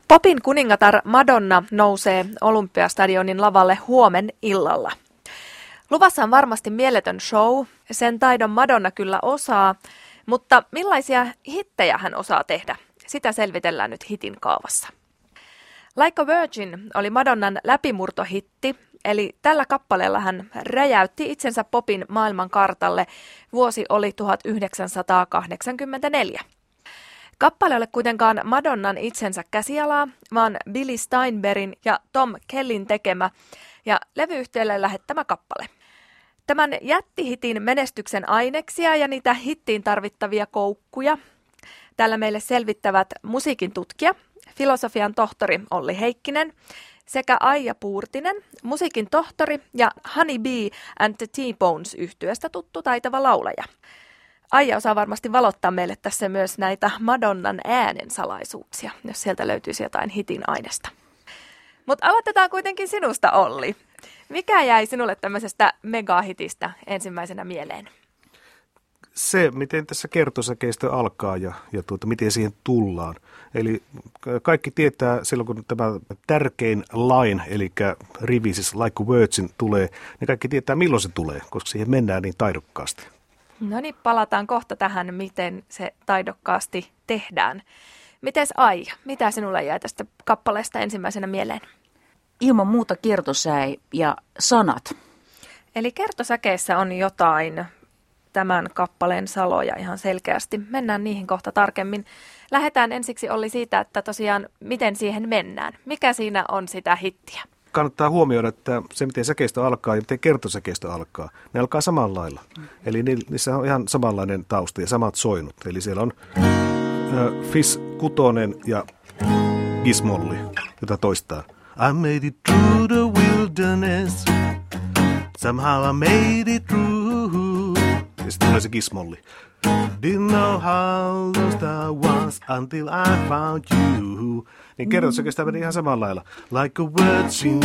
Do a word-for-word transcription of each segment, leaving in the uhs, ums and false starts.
Popin kuningatar Madonna nousee Olympiastadionin lavalle huomen illalla. Luvassa on varmasti mieletön show, sen taidon Madonna kyllä osaa, mutta millaisia hittejä hän osaa tehdä? Sitä selvitellään nyt hitin kaavassa. Like a Virgin oli Madonnan läpimurtohitti, eli tällä kappaleella hän räjäytti itsensä popin maailmankartalle. Vuosi oli tuhatyhdeksänsataakahdeksankymmentäneljä. Kappale ei ole kuitenkaan Madonnan itsensä käsialaa, vaan Billy Steinbergin ja Tom Kellyn tekemä ja levyyhtiölle lähettämä kappale. Tämän jättihitin menestyksen aineksia ja niitä hittiin tarvittavia koukkuja täällä meille selvittävät musiikin tutkija, filosofian tohtori Olli Heikkinen sekä Aija Puurtinen, musiikin tohtori ja Honey Bee and the T-Bones -yhtyeestä tuttu taitava laulaja. Aija osaa varmasti valottaa meille tässä myös näitä Madonnan äänen salaisuuksia, jos sieltä löytyisi jotain hitin aineesta. Mutta aloitetaan kuitenkin sinusta, Olli. Mikä jäi sinulle tämmöisestä megahitistä ensimmäisenä mieleen? Se, miten tässä kertosäkeistö alkaa ja, ja tuota, miten siihen tullaan. Eli kaikki tietää silloin, kun tämä tärkein line, eli rivi, siis Like a Virgin tulee, niin kaikki tietää, milloin se tulee, koska siihen mennään niin taidokkaasti. No niin, palataan kohta tähän, miten se taidokkaasti tehdään. Mites Aija, mitä sinulle jäi tästä kappaleesta ensimmäisenä mieleen? Ilman muuta kertosäe ja sanat. Eli kertosäkeessä on jotain tämän kappaleen saloja ihan selkeästi. Mennään niihin kohta tarkemmin. Lähdetään ensiksi Olli siitä, että tosiaan miten siihen mennään. Mikä siinä on sitä hittiä? Kannattaa huomioida, että se miten säkeistö alkaa ja miten kertosäkeistö alkaa, ne alkaa samalla lailla. Eli niissä on ihan samanlainen tausta ja samat soinut. Eli siellä on äh, Fis kutonen ja Gismolli, jota toistaa. I made it through the wilderness. Somehow I made it through. Ja sitten tulee se Gismolli. Didn't know how lost I was until I found you. Niin kertosäkeistä meni ihan samalla lailla. Like a virgin,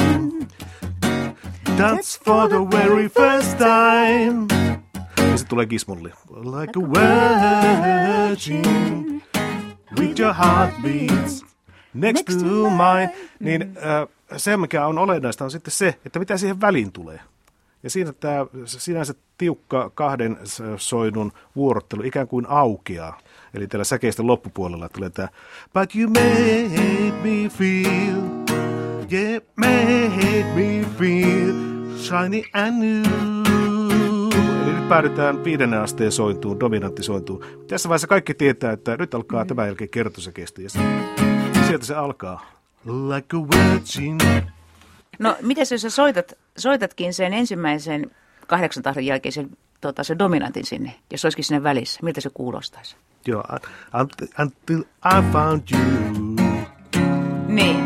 that's for the very first time. Ja sitten tulee Gismolli. Like a virgin, with your heartbeats next to mine. Niin äh, se, mikä on olennaista, on sitten se, että mitä siihen väliin tulee. Ja siinä tämä sinänsä tiukka kahden soinun vuorottelu ikään kuin aukeaa. Eli tällä säkeistön loppupuolella tulee tämä But you made me feel, yeah, made me feel shiny and new. Eli nyt päädytään viidennen asteen sointuun, dominanttisointuun. Tässä vaiheessa kaikki tietää, että nyt alkaa tämän jälkeen kertosäkeistö. Ja sieltä se alkaa. Like a virgin. No, miten jos sä soitat, soitatkin sen ensimmäisen kahdeksan tahdon jälkeisen tota, sen dominantin sinne, jos olisikin sinne välissä, miltä se kuulostaisi? Joo, until I found you. Niin.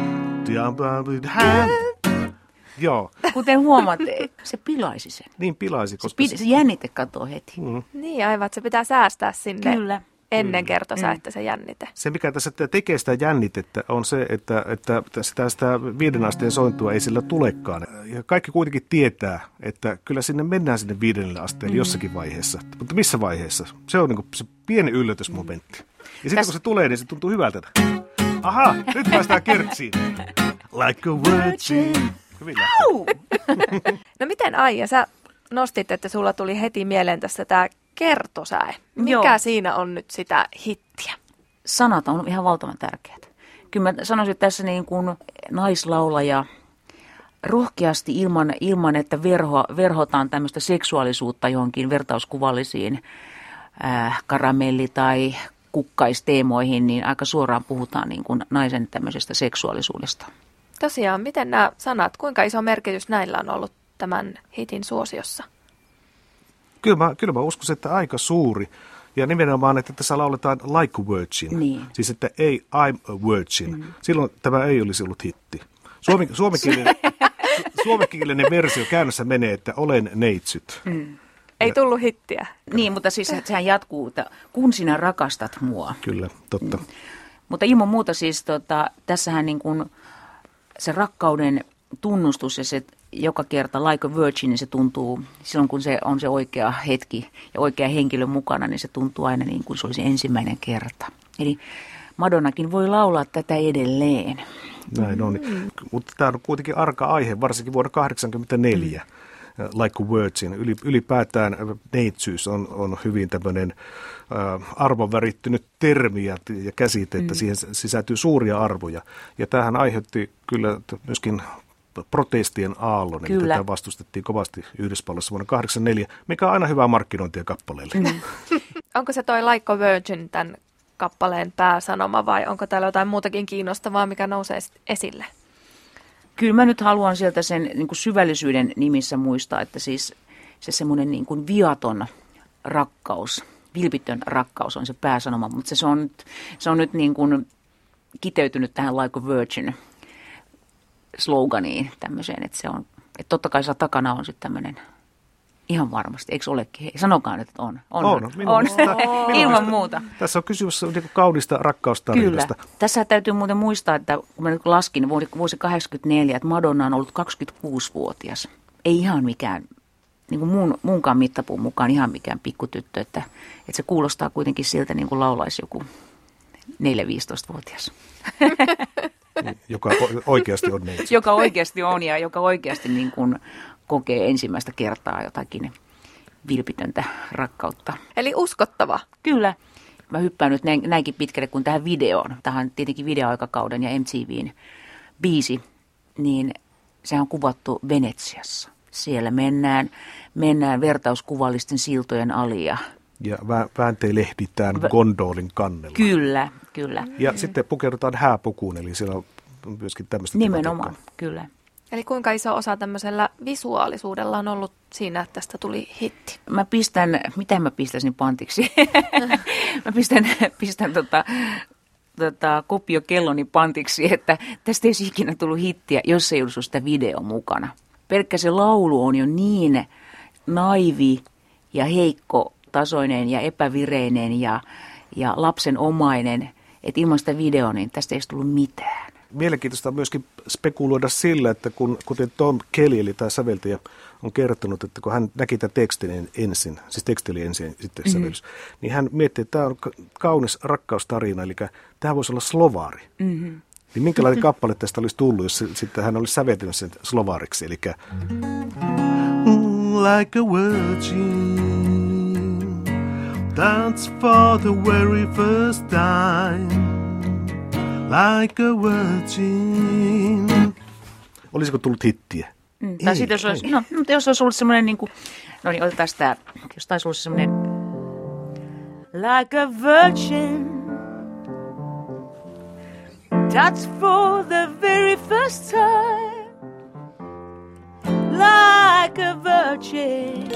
Joo. Kuten huomaat, se pilaisi sen. Niin pilaisi, koska... Se, se jännite katoo heti. Mm. Niin, aivan, että se pitää säästää sinne. Kyllä. Ennen kertosäettä se jännite. Se, mikä tässä tekee sitä jännitettä, on se, että, että sitä, sitä viiden asteen sointua ei sillä tulekaan. Ja kaikki kuitenkin tietää, että kyllä sinne mennään sinne viidennelle asteelle mm. jossakin vaiheessa. Mutta missä vaiheessa? Se on niin kuin se pieni yllätysmomentti. Ja sitten Täs... kun se tulee, niin se tuntuu hyvältä. Aha, nyt päästään kertsiin. Like a virgin. Hyvin No miten Aija, sä nostit, että sulla tuli heti mieleen tässä tämä kertosäe. Mikä Joo. siinä on nyt sitä hittiä? Sanat on ihan valtavan tärkeät. Kyllä mä sanoisin, että tässä niin kuin naislaulaja rohkeasti ilman, ilman että verho, verhotaan tämmöistä seksuaalisuutta johonkin vertauskuvallisiin äh, karamelli- tai kukkaisteemoihin, niin aika suoraan puhutaan niin kuin naisen tämmöisestä seksuaalisuudesta. Tosiaan, miten nämä sanat, kuinka iso merkitys näillä on ollut tämän hitin suosiossa? Kyllä mä, kyllä mä uskon, että aika suuri. Ja nimenomaan, että tässä lauletaan like a virgin. Niin. Siis, että ei I'm a virgin. Mm. Silloin tämä ei olisi ollut hitti. Suomi, suomenkielinen, suomenkielinen versio käännössä menee, että olen neitsyt. Mm. Ei tullut hittiä. Niin, mutta siis sehän jatkuu, että kun sinä rakastat mua. Kyllä, totta. Mm. Mutta ilman muuta siis, tota, tässähän niin kuin se rakkauden tunnustus ja se joka kerta like a virgin, niin se tuntuu, silloin kun se on se oikea hetki ja oikea henkilö mukana, niin se tuntuu aina niin kuin se olisi ensimmäinen kerta. Eli Madonnakin voi laulaa tätä edelleen. Näin on. Mm. Mutta tämä on kuitenkin arka aihe, varsinkin vuonna tuhatyhdeksänsataakahdeksankymmentäneljä. Mm. Like a Virgin. Ylipäätään neitsyys on, on hyvin tämmöinen äh, arvovärittynyt termi ja, ja käsite, että mm. siihen sisältyy suuria arvoja. Ja tämähän aiheutti kyllä myöskin protestien aallon, eli tätä vastustettiin kovasti Yhdysvalloissa vuonna tuhatyhdeksänsataakahdeksankymmentäneljä, mikä on aina hyvää markkinointia kappaleelle. Mm. Onko se toi Like a Virgin tämän kappaleen pääsanoma vai onko täällä jotain muutakin kiinnostavaa, mikä nousee esille? Kyllä mä nyt haluan sieltä sen niin kuin syvällisyyden nimissä muistaa, että siis se semmoinen niin kuin viaton rakkaus, vilpitön rakkaus on se pääsanoma, mutta se, se on nyt, se on nyt niin kuin kiteytynyt tähän Like a Virgin sloganiin tämmöiseen, että se on, että totta kai se takana on sitten tämmöinen ihan varmasti, eikö olekin? Sanokaan, että on. On, on, on. on. Ilman muuta. Tässä on kysymys niin kaunista rakkaustarinasta. Kyllä. Tässä täytyy muuten muistaa, että kun mä nyt laskin vuosi kahdeksankymmentäneljä, että Madonna on ollut kaksikymmentäkuusivuotias. Ei ihan mikään, niin kuin mun, munkaan mittapuun mukaan ihan mikään pikkutyttö, että, että se kuulostaa kuitenkin siltä niin kuin laulaisi joku neljä-viisitoistavuotias. Joka oikeasti on niin. Joka oikeasti on ja joka oikeasti niin kuin kokee ensimmäistä kertaa jotakin vilpitöntä rakkautta. Eli uskottava. Kyllä. Mä hyppään nyt näinkin pitkälle kuin tähän videoon. Tähän tietenkin videoaikakauden ja M T V:n biisi, niin sehän on kuvattu Venetsiassa. Siellä mennään, mennään vertauskuvallisten siltojen ali ja Ja väänteen lehditään v- gondolin kannella. Kyllä, kyllä. Ja mm. sitten pukeudutaan hääpukuun, eli siellä on myöskin tämmöistä nimenomaan, tematiikkaa. Kyllä. Eli kuinka iso osa tämmöisellä visuaalisuudella on ollut siinä, että tästä tuli hitti? Mä pistän, mitä mä pistäisin pantiksi? mä pistän, pistän tota, tota, kopiokelloni pantiksi, että tästä ei olisi ikinä tullut hittiä, jos ei olisi sitä video mukana. Pelkkä se laulu on jo niin naivi ja heikko tasoinen ja epävireinen ja, ja lapsenomainen, että ilman sitä videoa, niin tästä ei olisi tullut mitään. Mielenkiintoista on myöskin spekuloida sillä, että kun, kuten Tom Kelly, eli tämä säveltäjä, on kertonut, että kun hän näki tämän tekstin ensin, siis teksti oli ensin sitten mm-hmm. sävellys, niin hän mietti, että tämä on kaunis rakkaustarina, eli tämä voisi olla slovaari. Mm-hmm. Niin minkälainen kappale tästä olisi tullut, jos sitten hän olisi säveltänyt sen slovaariksi, eli like a virgin, that's for the very first time. Like a virgin. Olisiko tullut hittiä? Mm, tai sitten jos olisi, no, mutta jos olisi ollut semmoinen, niin kuin, no niin, otetaan tämä, jos taisi ollut semmoinen, like a virgin, that's for the very first time, like a virgin,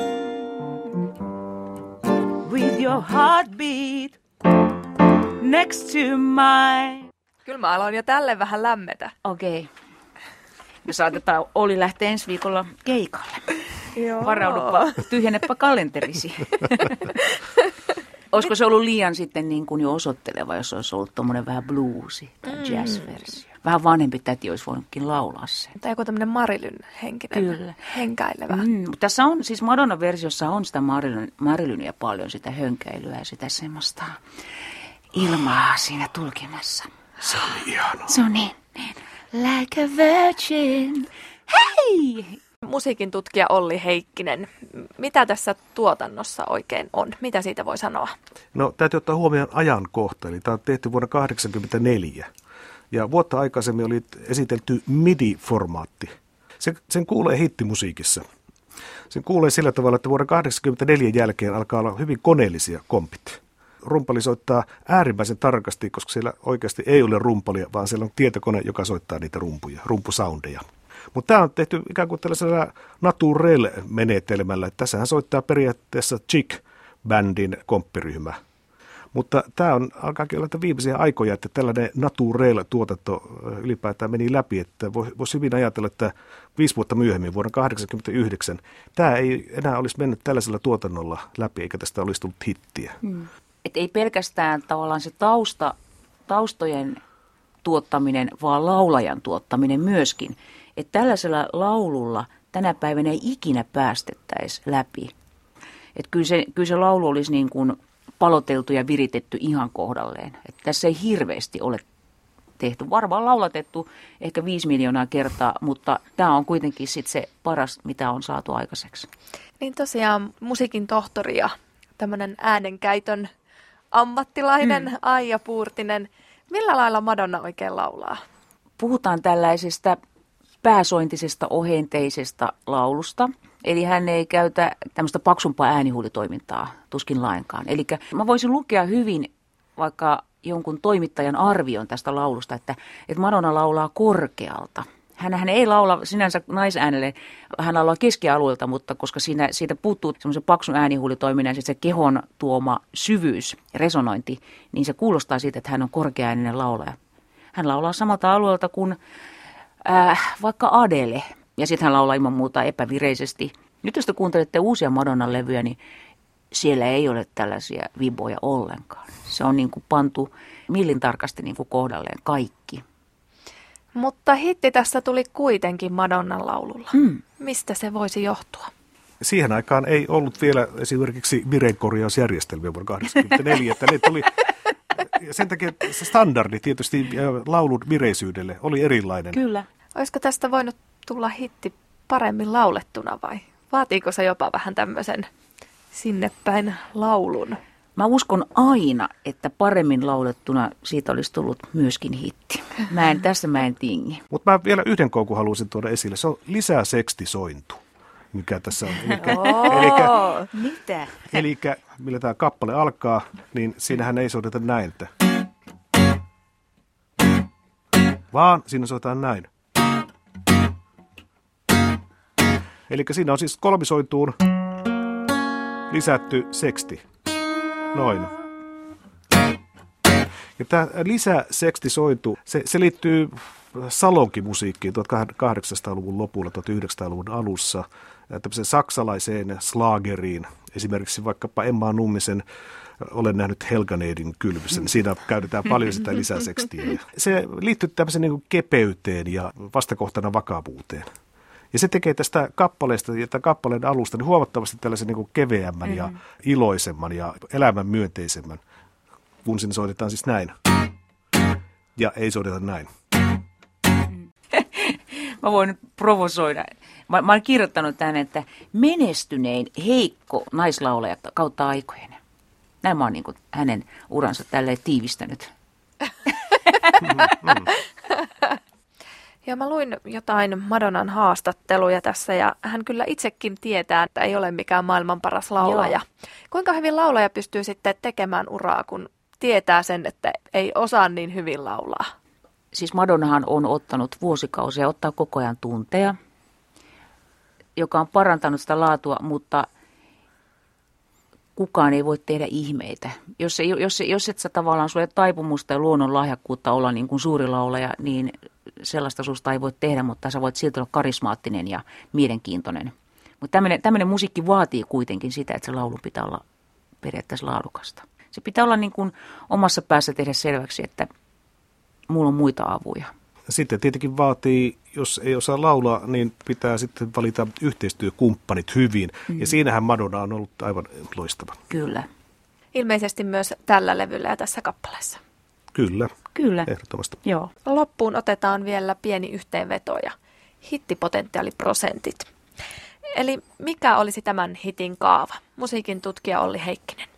with your heartbeat next to mine. Kyllä mä aloin jo tälle vähän lämmetä. Okei. Okay. Me saatetaan Olli lähteä ensi viikolla keikalle. Joo. Varaudupa, tyhjennepä kalenterisi. Olisiko se ollut liian sitten niin kuin jo osoitteleva, jos olisi ollut tuommoinen vähän bluesi tai mm. jazz-versio? Vähän vanhempi täti olisi voinutkin laulaa sen. Tai joku tämmöinen Marilyn-henkinen, Kyllä. henkäilevä. Mm, tässä on, siis Madonna-versiossa on sitä Marilyn, Marilynia paljon, sitä hönkäilyä ja sitä semmoista ilmaa siinä tulkinnassa. Se on ihanaa. Se on niin, niin. Like a virgin. Hei! Musiikin tutkija Olli Heikkinen, mitä tässä tuotannossa oikein on? Mitä siitä voi sanoa? No täytyy ottaa huomioon ajankohta, eli tämä on tehty vuonna tuhatyhdeksänsataakahdeksankymmentäneljä. Ja vuotta aikaisemmin oli esitelty M I D I-formaatti. Sen, sen kuulee hittimusiikissa. Sen kuulee sillä tavalla, että vuoden tuhatyhdeksänsataakahdeksankymmentäneljä jälkeen alkaa olla hyvin koneellisia kompit. Rumpali soittaa äärimmäisen tarkasti, koska siellä oikeasti ei ole rumpalia, vaan siellä on tietokone, joka soittaa niitä rumpuja, rumpusoundeja. Mutta tämä on tehty ikään kuin tällaisella naturel-menetelmällä. Tässähän soittaa periaatteessa Chick-bändin komppiryhmä. Mutta tämä on, alkaakin olla viimeisiä aikoja, että tällainen naturel-tuotanto ylipäätään meni läpi. Että voisi hyvin ajatella, että viisi vuotta myöhemmin, vuonna tuhatyhdeksänsataakahdeksankymmentäyhdeksän, tämä ei enää olisi mennyt tällaisella tuotannolla läpi, eikä tästä olisi tullut hittiä. Hmm. Et ei pelkästään tavallaan se tausta, taustojen tuottaminen, vaan laulajan tuottaminen myöskin. Että tällaisella laululla tänä päivänä ei ikinä päästettäisi läpi. Että kyllä se, kyllä se laulu olisi niin kuin paloteltu ja viritetty ihan kohdalleen. Että tässä ei hirveästi ole tehty. Varmaan laulatettu ehkä viisi miljoonaa kertaa, mutta tämä on kuitenkin sit se paras, mitä on saatu aikaiseksi. Niin tosiaan musiikin tohtori ja tämmöinen äänenkäytön ammattilainen mm. Aija Puurtinen. Millä lailla Madonna oikein laulaa? Puhutaan tällaisesta pääsointisesta ohenteisesta laulusta. Eli hän ei käytä tämmöistä paksumpaa äänihuulitoimintaa tuskin lainkaan. Eli mä voisin lukea hyvin vaikka jonkun toimittajan arvion tästä laulusta, että, että Madonna laulaa korkealta. Hänhän ei laula sinänsä naisäänelle, hän laulaa keskialueelta, mutta koska siinä, siitä puuttuu semmoisen paksun äänihuulitoiminnan ja se kehon tuoma syvyys ja resonointi, niin se kuulostaa siitä, että hän on korkeaääninen laulaja. Hän laulaa samalta alueelta kuin äh, vaikka Adele, ja sitten hän laulaa ilman muuta epävireisesti. Nyt jos te kuuntelette uusia Madonnan levyjä, niin siellä ei ole tällaisia viboja ollenkaan. Se on niin kuin pantu millin tarkasti niin kuin kohdalleen kaikki. Mutta hitti tästä tuli kuitenkin Madonnan laululla. Mm. Mistä se voisi johtua? Siihen aikaan ei ollut vielä esimerkiksi virekorjausjärjestelmiä vuonna kahdeksankymmentäneljä, että ne tuli, sen takia se standardi tietysti laulun vireisyydelle oli erilainen. Kyllä. Olisiko tästä voinut tulla hitti paremmin laulettuna vai vaatiiko se jopa vähän tämmöisen sinne päin laulun? Mä uskon aina, että paremmin laulettuna siitä olisi tullut myöskin hitti. Mä en, tässä mä en tingi. Mutta mä vielä yhden koukun haluaisin tuoda esille. Se on lisäsekstisointu, mikä tässä on. Elikkä, oh, elikkä, mitä? Elikkä millä tämä kappale alkaa, niin siinähän ei soiteta näin, että vaan siinä soitetaan näin. Elikkä siinä on siis kolmisointuun lisätty seksti. Noin. Ja tämä lisäsekstisointu, se, se liittyy salonkimusiikkiin tuhatkahdeksansataaluvun lopulla, tuhatyhdeksänsataaluvun alussa, tämmöiseen saksalaiseen slaageriin. Esimerkiksi vaikkapa Emma Nummisen Olen nähnyt Helganeidin kylvyssä, niin siinä käytetään paljon sitä lisäsekstiä. Se liittyy tämmöiseen niin kuin kepeyteen ja vastakohtana vakavuuteen. Ja se tekee tästä kappaleesta ja tämän kappaleen alusta niin huomattavasti tällaisen niin kuin keveämmän mm-hmm. ja iloisemman ja elämän myönteisemmän, kun sinne soitetaan siis näin. Ja ei soiteta näin. Mä voin nyt provosoida. Mä, mä oon kirjoittanut tämän, että menestynein heikko naislaulaja kautta aikojen. Näin mä oon niin kuin hänen uransa tälleen tiivistänyt. Mm-hmm. Ja mä luin jotain Madonnan haastatteluja tässä ja hän kyllä itsekin tietää, että ei ole mikään maailman paras laulaja. Joo. Kuinka hyvin laulaja pystyy sitten tekemään uraa, kun tietää sen, että ei osaa niin hyvin laulaa? Siis Madonnahan on ottanut vuosikausia, ottaa koko ajan tunteja, joka on parantanut sitä laatua, mutta kukaan ei voi tehdä ihmeitä. Jos, jos, jos et sä tavallaan sulle taipumusta ja luonnon lahjakkuutta olla niin kuin suuri laulaja, niin sellaista susta ei voi tehdä, mutta sä voit silti olla karismaattinen ja mielenkiintoinen. Mutta tämmöinen musiikki vaatii kuitenkin sitä, että se laulu pitää olla periaatteessa laadukasta. Se pitää olla niin kuin omassa päässä tehdä selväksi, että mulla on muita avuja. Sitten tietenkin vaatii, jos ei osaa laulaa, niin pitää sitten valita yhteistyökumppanit hyvin. Mm. Ja siinähän Madonna on ollut aivan loistava. Kyllä. Ilmeisesti myös tällä levyllä ja tässä kappaleessa. Kyllä. Kyllä. Ehdottomasti. Joo. Loppuun otetaan vielä pieni yhteenveto ja hittipotentiaaliprosentit. Eli mikä olisi tämän hitin kaava? Musiikin tutkija Olli Heikkinen.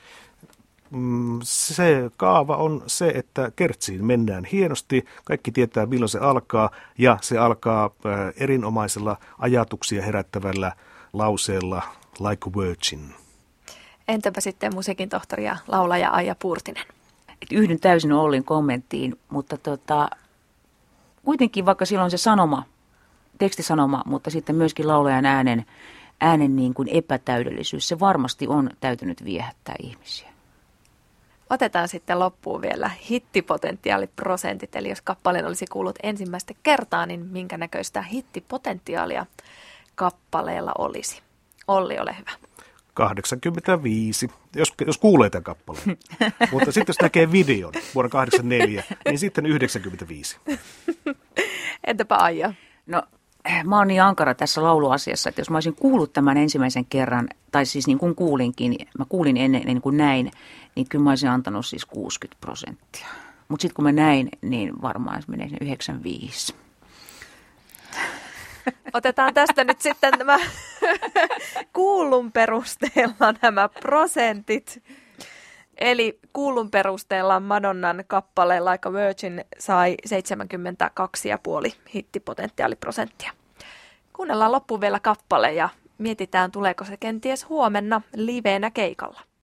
Se kaava on se, että kertsiin mennään hienosti, kaikki tietää milloin se alkaa ja se alkaa erinomaisella ajatuksia herättävällä lauseella Like a Virgin. Entäpä sitten musiikin tohtori ja laulaja Aija Puurtinen? Yhdyn täysin Ollin kommenttiin, mutta tota, kuitenkin vaikka silloin se sanoma, tekstisanoma, mutta sitten myöskin laulajan äänen, äänen niin kuin epätäydellisyys, se varmasti on täytynyt viehättää ihmisiä. Otetaan sitten loppuun vielä hittipotentiaaliprosentit, eli jos kappaleen olisi kuullut ensimmäistä kertaa, niin minkä näköistä hittipotentiaalia kappaleella olisi? Olli, ole hyvä. kahdeksankymmentäviisi, jos, jos kuulee tämän kappaleen. Mutta sitten jos näkee videon vuonna kahdeksankymmentäneljä, niin sitten yhdeksänkymmentäviisi. Entäpä Aija? No mä oon niin ankara tässä lauluasiassa, että jos mä olisin kuullut tämän ensimmäisen kerran, tai siis niin kuin kuulinkin, mä kuulin ennen, ennen kuin näin, niin kyllä mä olisin antanut siis kuusikymmentä prosenttia. Mutta sitten kun mä näin, niin varmaan se menee yhdeksänkymmentäviisi. Otetaan tästä nyt sitten nämä kuullun perusteella nämä prosentit. Eli kuullun perusteella Madonnan kappale Like a Virgin sai seitsemänkymmentäkaksi pilkku viisi hittipotentiaaliprosenttia. Kuunnellaan loppuun vielä kappale ja mietitään, tuleeko se kenties huomenna liveenä keikalla.